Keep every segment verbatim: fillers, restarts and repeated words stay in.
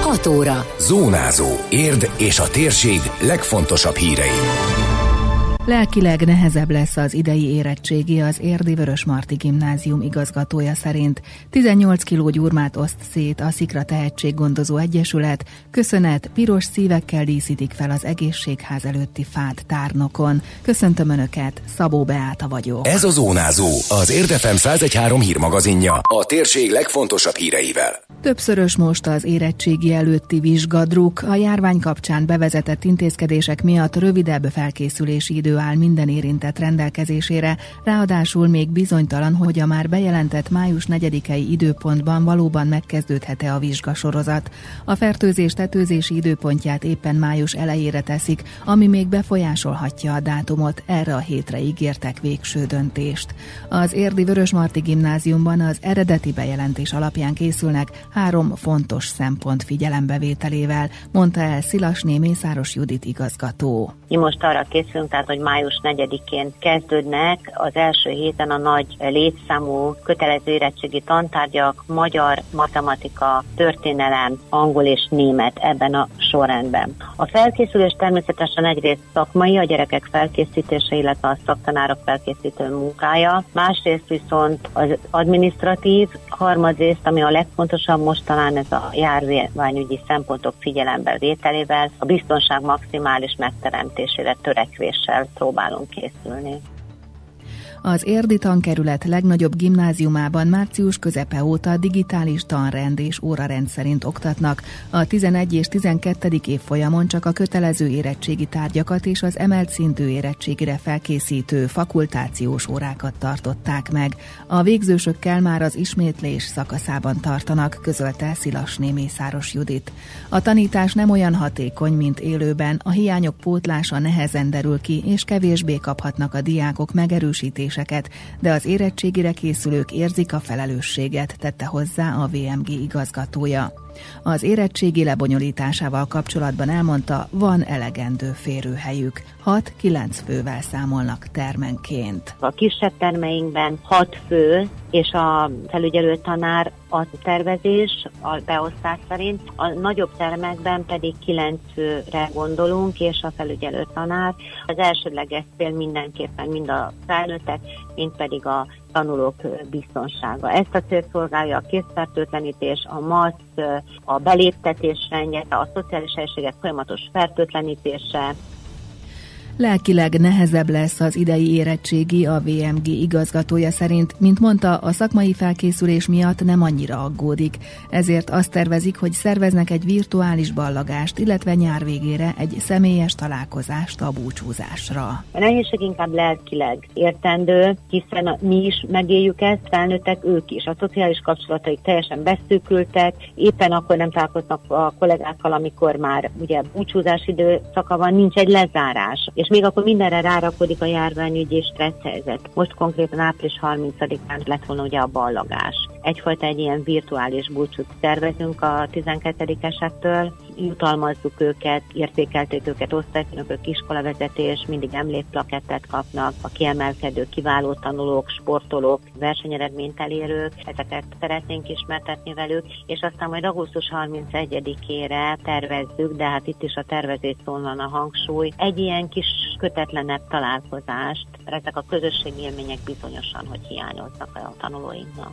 hat óra. Zónázó. Érd és a térség legfontosabb hírei. Lelkileg nehezebb lesz az idei érettségi az érdi Vörösmarty Gimnázium igazgatója szerint. tizennyolc kiló gyurmát oszt szét a Szikra Tehetséggondozó Egyesület. Köszönet, piros szívekkel díszítik fel az egészségház előtti fát Tárnokon. Köszöntöm Önöket, Szabó Beáta vagyok. Ez a Zónázó, az Érd ef em száz egy három hírmagazinja, a térség legfontosabb híreivel. Többszörös most az érettségi előtti vizsgadruk. A járvány kapcsán bevezetett intézkedések miatt rövidebb felkészülési idő áll minden érintett rendelkezésére, ráadásul még bizonytalan, hogy a már bejelentett május negyedikei időpontban valóban megkezdődhet-e a vizsgasorozat. A fertőzés tetőzési időpontját éppen május elejére teszik, ami még befolyásolhatja a dátumot, erre a hétre ígértek végső döntést. Az érdi Vörösmarty Gimnáziumban az eredeti bejelentés alapján készülnek három fontos szempont figyelembevételével, mondta el Szilasné Mészáros Judit igazgató. Mi most arra készülünk, tehát, hogy május negyedikén kezdődnek az első héten a nagy létszámú kötelező érettségi tantárgyak, magyar, matematika, történelem, angol és német ebben a sorrendben. A felkészülés természetesen egyrészt szakmai, a gyerekek felkészítése, illetve a szaktanárok felkészítő munkája, másrészt viszont az adminisztratív, harmadrészt, ami a legfontosabb most talán ez a járványügyi szempontok figyelembevételével, a biztonság maximális megteremtésére törekvéssel próbálunk készülni. Az érdi tankerület legnagyobb gimnáziumában március közepe óta digitális tanrend és órarend szerint oktatnak. A tizenegy és tizenkettedik évfolyamon csak a kötelező érettségi tárgyakat és az emelt szintű érettségire felkészítő fakultációs órákat tartották meg. A végzősökkel már az ismétlés szakaszában tartanak, közölte Szilasné Mészáros Judit. A tanítás nem olyan hatékony, mint élőben, a hiányok pótlása nehezen derül ki, és kevésbé kaphatnak a diákok megerősítést, de az érettségire készülők érzik a felelősséget, tette hozzá a vé em gé igazgatója. Az érettségi lebonyolításával kapcsolatban elmondta, van elegendő férőhelyük. hat-kilenc fővel számolnak termenként. A kisebb termeinkben hat fő, és a felügyelő tanár a tervezés, a beosztás szerint. A nagyobb termekben pedig kilenc főre gondolunk, és a felügyelő tanár. Az elsődleges cél mindenképpen mind a felnőttek, mind pedig a tanulók biztonsága. Ezt a célt szolgálja a készfertőtlenítés, a maszk, a beléptetés rendje, a szociális helységek folyamatos fertőtlenítése. Lelkileg nehezebb lesz az idei érettségi, a vé em gé igazgatója szerint, mint mondta, a szakmai felkészülés miatt nem annyira aggódik. Ezért azt tervezik, hogy szerveznek egy virtuális ballagást, illetve nyár végére egy személyes találkozást a búcsúzásra. A nehézség inkább lelkileg értendő, hiszen mi is megéljük ezt, felnőttek ők is. A szociális kapcsolataik teljesen beszűkültek, éppen akkor nem találkoznak a kollégákkal, amikor már ugye búcsúzás időszaka van, nincs egy lezárás. És még akkor mindenre rárakodik a járványügyi és stressz helyzet. Most konkrétan április harmincadikán lett volna ugye a ballagás. Egyfajta egy ilyen virtuális búcsút tervezünk a tizenkettedikesektől, jutalmazzuk őket, értékelték őket osztályfőnökök, iskolavezetés, mindig emlékplakettet kapnak, a kiemelkedő, kiváló tanulók, sportolók, versenyeredményt elérők, ezeket szeretnénk ismertetni velük, és aztán majd augusztus harmincegyedikére tervezzük, de hát itt is a tervezés szól van a hangsúly, egy ilyen kis kötetlenebb találkozást, ezek a közösségi élmények bizonyosan, hogy hiányoznak a tanulóinknak.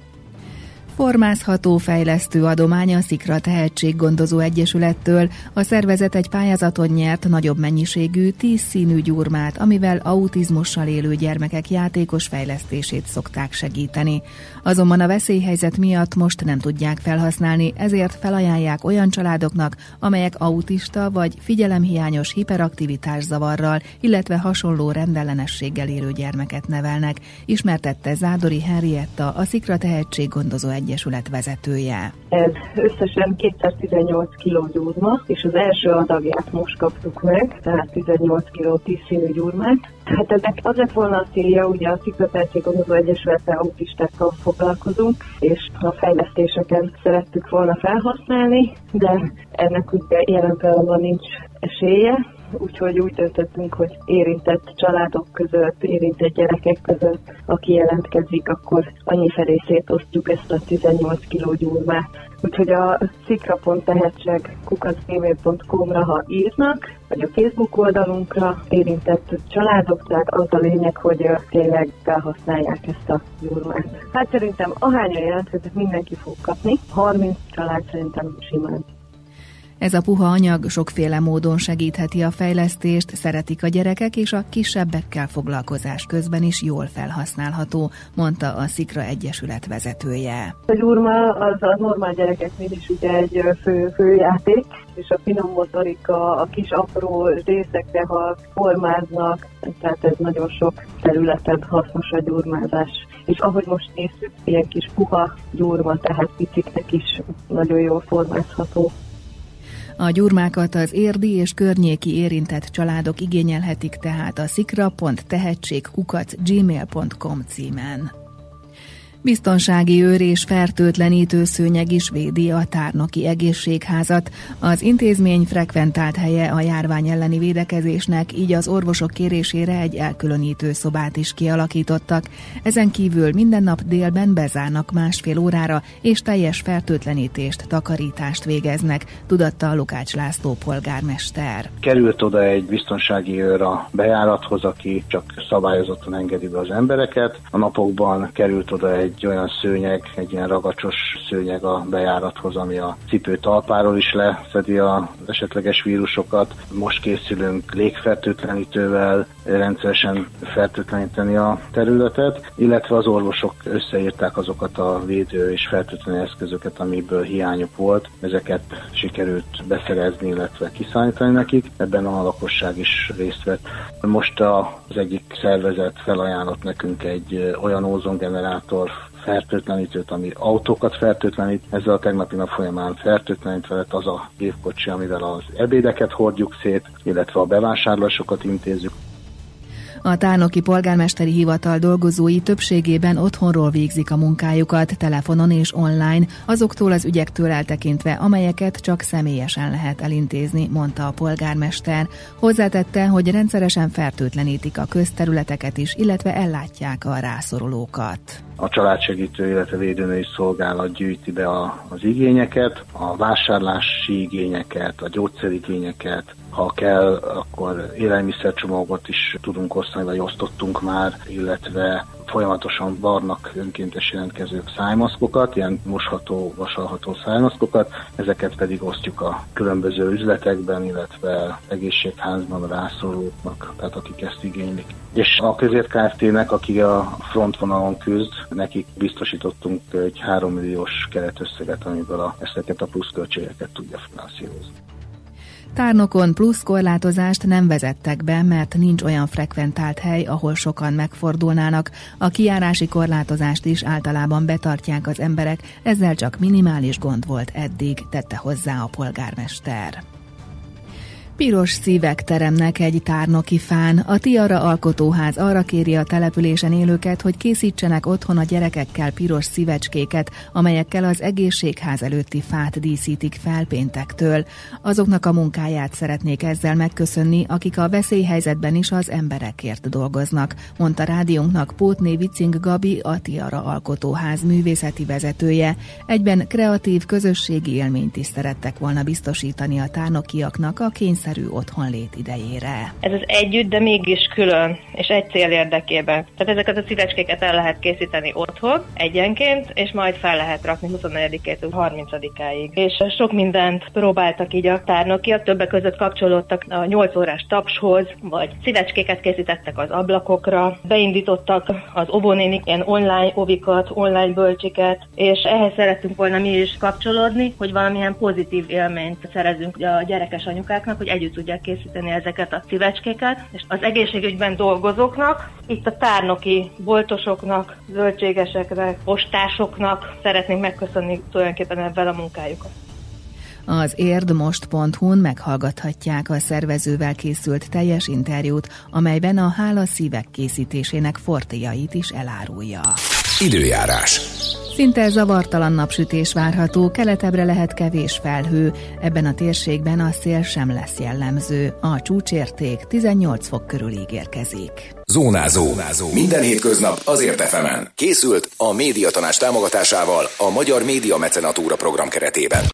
Formázható fejlesztő adomány a Szikra Tehetséggondozó Egyesülettől. A szervezet egy pályázaton nyert nagyobb mennyiségű, tíz színű gyurmát, amivel autizmussal élő gyermekek játékos fejlesztését szokták segíteni. Azonban a veszélyhelyzet miatt most nem tudják felhasználni, ezért felajánlják olyan családoknak, amelyek autista vagy figyelemhiányos hiperaktivitászavarral, illetve hasonló rendellenességgel élő gyermeket nevelnek, ismertette Zádori Henrietta, a Szikra Tehetséggondozó Egyesület vezetője. Ez összesen kétszáztizennyolc kiló gyurma, és az első adagját most kaptuk meg, tehát tizennyolc kiló tíz színű gyurmát. Hát ennek az lett volna a célja, ugye a Szikra Tehetséggondozó Egyesülettel autistákkal foglalkozunk, és a fejlesztéseken szerettük volna felhasználni, de ennek ugye jelen pillanatban nincs esélye. úgyhogy úgy döntöttünk, hogy érintett családok között, érintett gyerekek között, aki jelentkezik, akkor annyi felé szétosztjuk ezt a tizennyolc kiló gyurmát. Úgyhogy a szikra pont tehetség kukac gmail pont com-ra, ha írnak, vagy a Facebook oldalunkra érintett családok, tehát az a lényeg, hogy tényleg felhasználják ezt a gyurmát. Hát szerintem ahányan jelentkeznek, mindenki fog kapni. harminc család szerintem simán. Ez a puha anyag sokféle módon segítheti a fejlesztést, szeretik a gyerekek, és a kisebbekkel foglalkozás közben is jól felhasználható, mondta a Szikra Egyesület vezetője. A gyurma az a normál gyerekeknél is ugye egy fő, fő játék, és a finom motorika, a kis apró részekre, ha formáznak, tehát ez nagyon sok területen hasznos a gyurmázás. És ahogy most nézzük, ilyen kis puha gyurma, tehát piciknek is nagyon jól formázható. A gyurmákat az érdi és környéki érintett családok igényelhetik tehát a szikra pont tehetség kukac gmail pont com címen. Biztonsági őr és fertőtlenítő szőnyeg is védi a Tárnoki Egészségházat. Az intézmény frekventált helye a járvány elleni védekezésnek, így az orvosok kérésére egy elkülönítő szobát is kialakítottak. Ezen kívül minden nap délben bezárnak másfél órára, és teljes fertőtlenítést, takarítást végeznek, tudatta Lukács László polgármester. Került oda egy biztonsági őr a bejárathoz, aki csak szabályozottan engedi be az embereket. A napokban került oda egy egy olyan szőnyeg, egy ilyen ragacsos szőnyeg a bejárathoz, ami a cipő talpáról is leszedi az esetleges vírusokat. Most készülünk légfertőtlenítővel rendszeresen fertőtleníteni a területet, illetve az orvosok összeírták azokat a védő és fertőtlenítő eszközöket, amiből hiányuk volt. Ezeket sikerült beszerezni, illetve kiszállítani nekik. Ebben a lakosság is részt vett. Most az egyik szervezet felajánlott nekünk egy olyan ózongenerátor fertőtlenítőt, ami autókat fertőtlenít. Ezzel a tegnapi nap folyamán fertőtlenítve lett az a gépkocsi, amivel az ebédeket hordjuk szét, illetve a bevásárlásokat intézzük. A Tárnoki Polgármesteri Hivatal dolgozói többségében otthonról végzik a munkájukat, telefonon és online, azoktól az ügyektől eltekintve, amelyeket csak személyesen lehet elintézni, mondta a polgármester. Hozzátette, hogy rendszeresen fertőtlenítik a közterületeket is, illetve ellátják a rászorulókat. A családsegítő, illetve védőnői szolgálat gyűjti be a, az igényeket, a vásárlási igényeket, a gyógyszerigényeket. Ha kell, akkor élelmiszercsomagot is tudunk osztani, vagy osztottunk már, illetve folyamatosan varnak önkéntes jelentkezők szájmaszkokat, ilyen mosható, vasalható szájmaszkokat, ezeket pedig osztjuk a különböző üzletekben, illetve egészségházban a rászorulóknak, tehát akik ezt igénylik. És a Közért Kft-nek, aki a frontvonalon küzd, nekik biztosítottunk egy három milliós keretösszeget, amiből a, ezeket a pluszköltségeket tudja finanszírozni. Tárnokon plusz korlátozást nem vezettek be, mert nincs olyan frekventált hely, ahol sokan megfordulnának. A kijárási korlátozást is általában betartják az emberek, ezzel csak minimális gond volt eddig, tette hozzá a polgármester. Piros szívek teremnek egy tárnoki fán. A Tiara Alkotóház arra kéri a településen élőket, hogy készítsenek otthon a gyerekekkel piros szívecskéket, amelyekkel az egészségház előtti fát díszítik fel péntektől. Azoknak a munkáját szeretnék ezzel megköszönni, akik a veszélyhelyzetben is az emberekért dolgoznak, mondta rádiónknak Pótné Vicing Gabi, a Tiara Alkotóház művészeti vezetője. Egyben kreatív közösségi élményt is szerettek volna biztosítani a tárnokiaknak a kényszerű otthonlét idejére. Ez az együtt, de mégis külön, és egy cél érdekében. Tehát ezeket a szívecskéket el lehet készíteni otthon, egyenként, és majd fel lehet rakni huszonnegyedikétől harmincadikáig. És sok mindent próbáltak így a tárnokiak, többek között kapcsolódtak a nyolc órás tapshoz, vagy szívecskéket készítettek az ablakokra, beindítottak az óvónénik ilyen online ovikat, online bölcsiket, és ehhez szerettünk volna mi is kapcsolódni, hogy valamilyen pozitív élményt szerezünk a gyerekes anyukáknak, hogy együtt tudják készíteni ezeket a szívecskéket, és az egészségügyben dolgozóknak, itt a tárnoki boltosoknak, zöldségeseknek, postásoknak szeretnénk megköszönni tulajdonképpen ebben a munkájukat. Az érdmost pont hu-n meghallgathatják a szervezővel készült teljes interjút, amelyben a hála szívek készítésének fortéjait is elárulja. Időjárás. Szinte zavartalan napsütés várható, keletebbre lehet kevés felhő, ebben a térségben a szél sem lesz jellemző. A csúcsérték tizennyolc fok körül ígérkezik. Zónázó. Zónázó. Minden hétköznap azért ef emen. Készült a Médiatanács támogatásával a Magyar Média Mecenatúra program keretében.